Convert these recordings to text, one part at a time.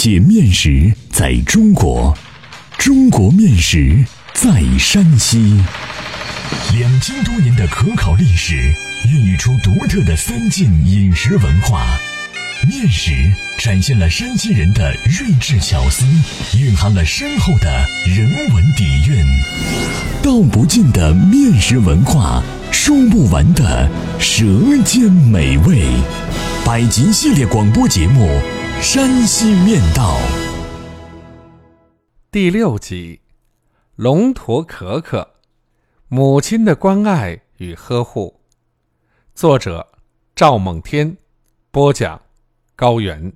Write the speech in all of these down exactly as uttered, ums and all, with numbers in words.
界面食在中国，中国面食在山西。两千多年的可考历史，孕育出独特的三晋饮食文化。面食展现了山西人的睿智巧思，蕴含了深厚的人文底蕴。道不尽的面食文化，说不完的舌尖美味。百集系列广播节目《山西面道》 第六集：龙驼可可，母亲的关爱与呵护。作者：赵梦天，播讲：高原。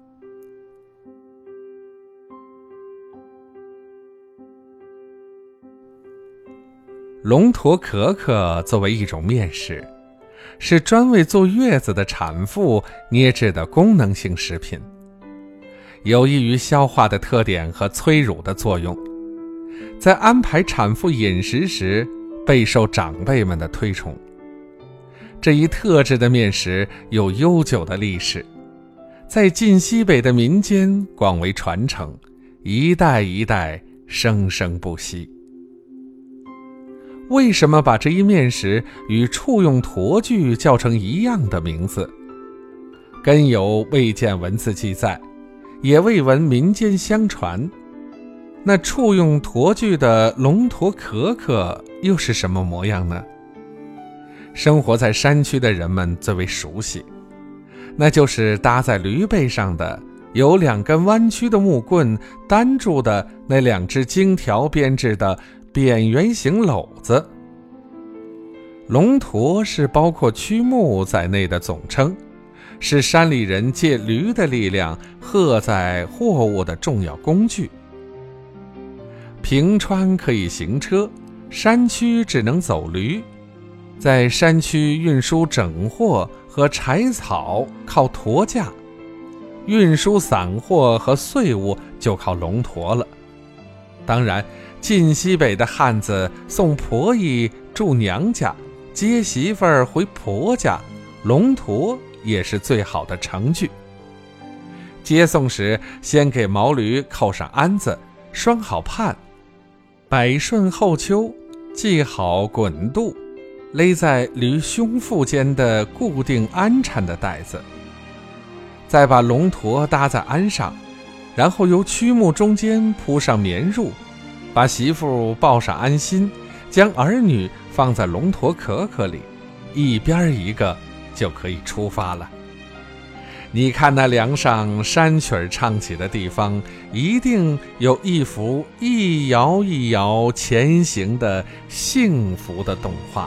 龙驼可可作为一种面食，是专为坐月子的产妇捏制的功能性食品，有益于消化的特点和催乳的作用，在安排产妇饮食时备受长辈们的推崇。这一特制的面食有悠久的历史，在晋西北的民间广为传承，一代一代生生不息。为什么把这一面食与畜用驼具叫成一样的名字？根有未见文字记载，也未闻民间相传。那畜用驼具的龙驼可可又是什么模样呢？生活在山区的人们最为熟悉，那就是搭在驴背上的有两根弯曲的木棍单住的那两只荆条编制的扁圆形篓子。龙驼是包括驱牧在内的总称，是山里人借驴的力量荷载货物的重要工具。平川可以行车，山区只能走驴。在山区运输整货和柴草靠驼架，运输散货和碎物就靠龙驼了。当然，晋西北的汉子送婆姨住娘家，接媳妇儿回婆家，龙驼也是最好的乘具。接送时，先给毛驴扣上鞍子，拴好盼，百顺后丘系好滚肚，勒在驴胸腹间的固定鞍缠的带子，再把龙驼搭在鞍上，然后由曲木中间铺上棉褥，把媳妇抱上鞍心，将儿女放在龙驼可可里，一边一个就可以出发了。你看那梁上山曲唱起的地方，一定有一幅一摇一摇前行的幸福的动画。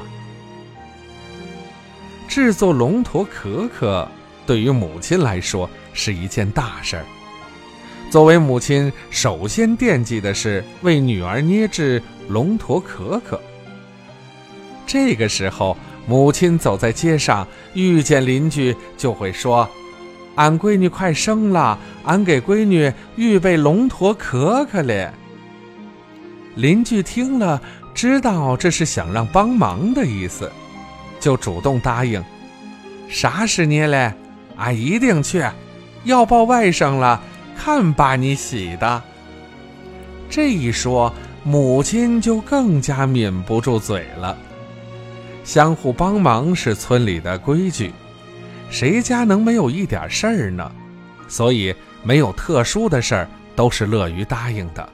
制作龙驼可可对于母亲来说是一件大事儿。作为母亲，首先惦记的是为女儿捏制龙驼可可。这个时候，母亲走在街上，遇见邻居就会说：“俺闺女快生了，俺给闺女预备龙驼可可嘞。”邻居听了，知道这是想让帮忙的意思，就主动答应：“啥时捏嘞？俺一定去，要抱外甥了，看把你喜的。”这一说，母亲就更加抿不住嘴了。相互帮忙是村里的规矩，谁家能没有一点事儿呢？所以没有特殊的事儿都是乐于答应的。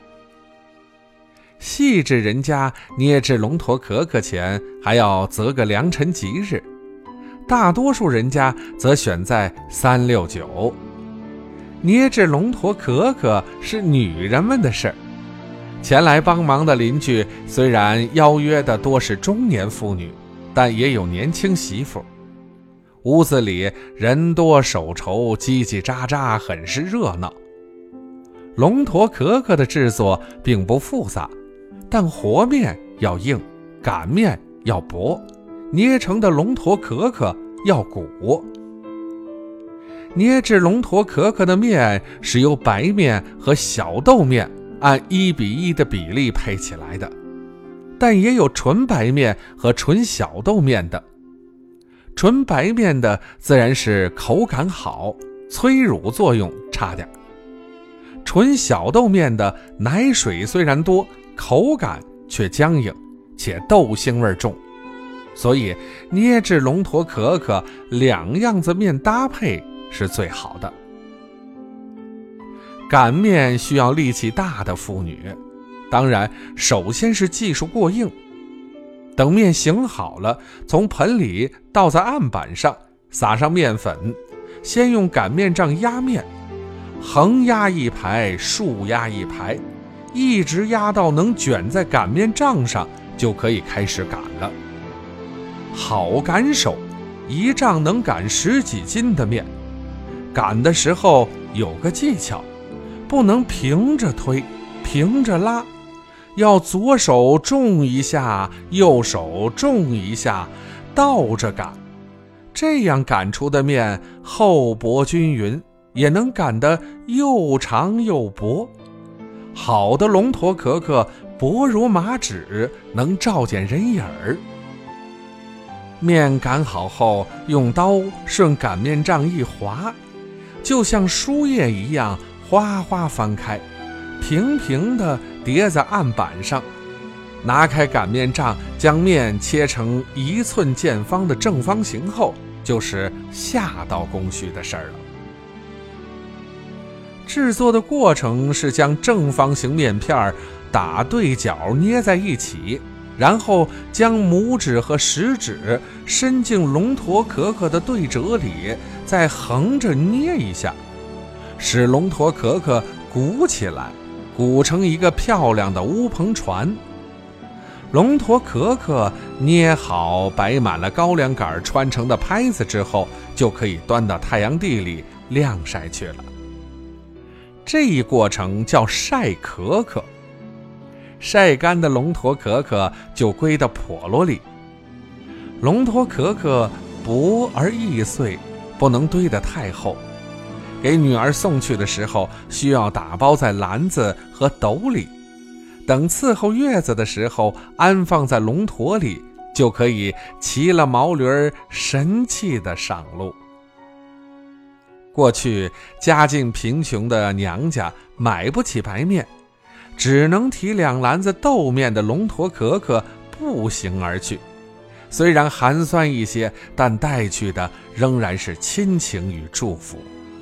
细致人家捏制龙驼可可前还要择个良辰吉日，大多数人家则选在三六九。捏制龙驼可可是女人们的事儿，前来帮忙的邻居虽然邀约的多是中年妇女，但也有年轻媳妇。屋子里人多手稠，叽叽喳喳，很是热闹。龙驼可可的制作并不复杂，但和面要硬，擀面要薄，捏成的龙驼可可要鼓。捏制龙驼可可的面是由白面和小豆面按一比一的比例配起来的，但也有纯白面和纯小豆面的。纯白面的自然是口感好，催乳作用差点。 纯小豆面的奶水虽然多，口感却僵硬，且豆腥味重，所以捏制龙驼壳壳两样子面搭配是最好的。擀面需要力气大的妇女，当然首先是技术过硬。等面醒好了，从盆里倒在案板上，撒上面粉，先用擀面杖压面，横压一排，竖压一排，一直压到能卷在擀面杖上，就可以开始擀了。好擀手，一杖能擀十几斤的面。擀的时候有个技巧，不能平着推，平着拉，要左手重一下，右手重一下，倒着擀，这样擀出的面厚薄均匀，也能擀得又长又薄。好的龙驼壳壳薄如麻纸，能照见人影儿。面擀好后，用刀顺擀面杖一划，就像书页一样哗哗翻开，平平地叠在案板上。拿开擀面杖，将面切成一寸见方的正方形后，就是下道工序的事儿了。制作的过程是将正方形面片打对角捏在一起，然后将拇指和食指伸进龙驼壳壳的对折里，再横着捏一下，使龙驼壳壳鼓起来，鼓成一个漂亮的乌篷船。龙驼壳壳捏好，摆满了高粱杆穿成的拍子之后，就可以端到太阳地里晾晒去了。这一过程叫晒壳壳。晒干的龙驼壳壳就归到笸箩里。龙驼壳壳薄而易碎，不能堆得太厚。给女儿送去的时候，需要打包在篮子和斗里，等伺候月子的时候安放在龙驼里，就可以骑了毛驴神气地上路。过去家境贫穷的娘家买不起白面，只能提两篮子豆面的龙驼壳壳步行而去，虽然寒酸一些，但带去的仍然是亲情与祝福。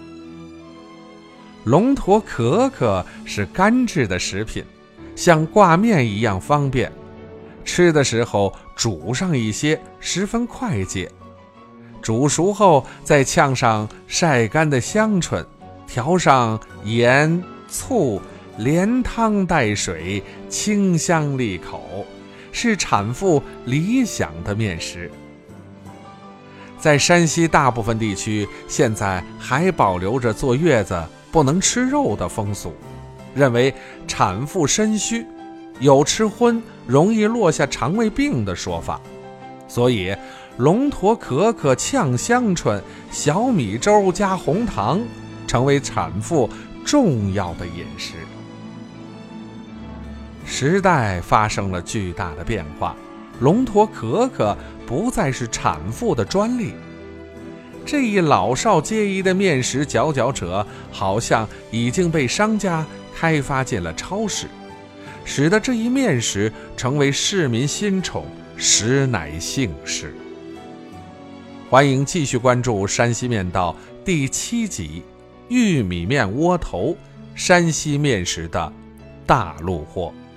龙驼壳壳是干制的食品，像挂面一样方便，吃的时候煮上一些，十分快捷。煮熟后再呛上晒干的香椿，调上盐、醋，连汤带水，清香利口，是产妇理想的面食。在山西大部分地区，现在还保留着坐月子不能吃肉的风俗，认为产妇身虚，有吃荤容易落下肠胃病的说法，所以龙驼壳壳呛香椿、小米粥加红糖成为产妇重要的饮食。时代发生了巨大的变化，龙驼壳壳不再是产妇的专利。这一老少皆宜的面食佼佼者，好像已经被商家开发进了超市，使得这一面食成为市民心宠，实乃幸事。欢迎继续关注山西面道第七集，玉米面窝头，山西面食的大陆货。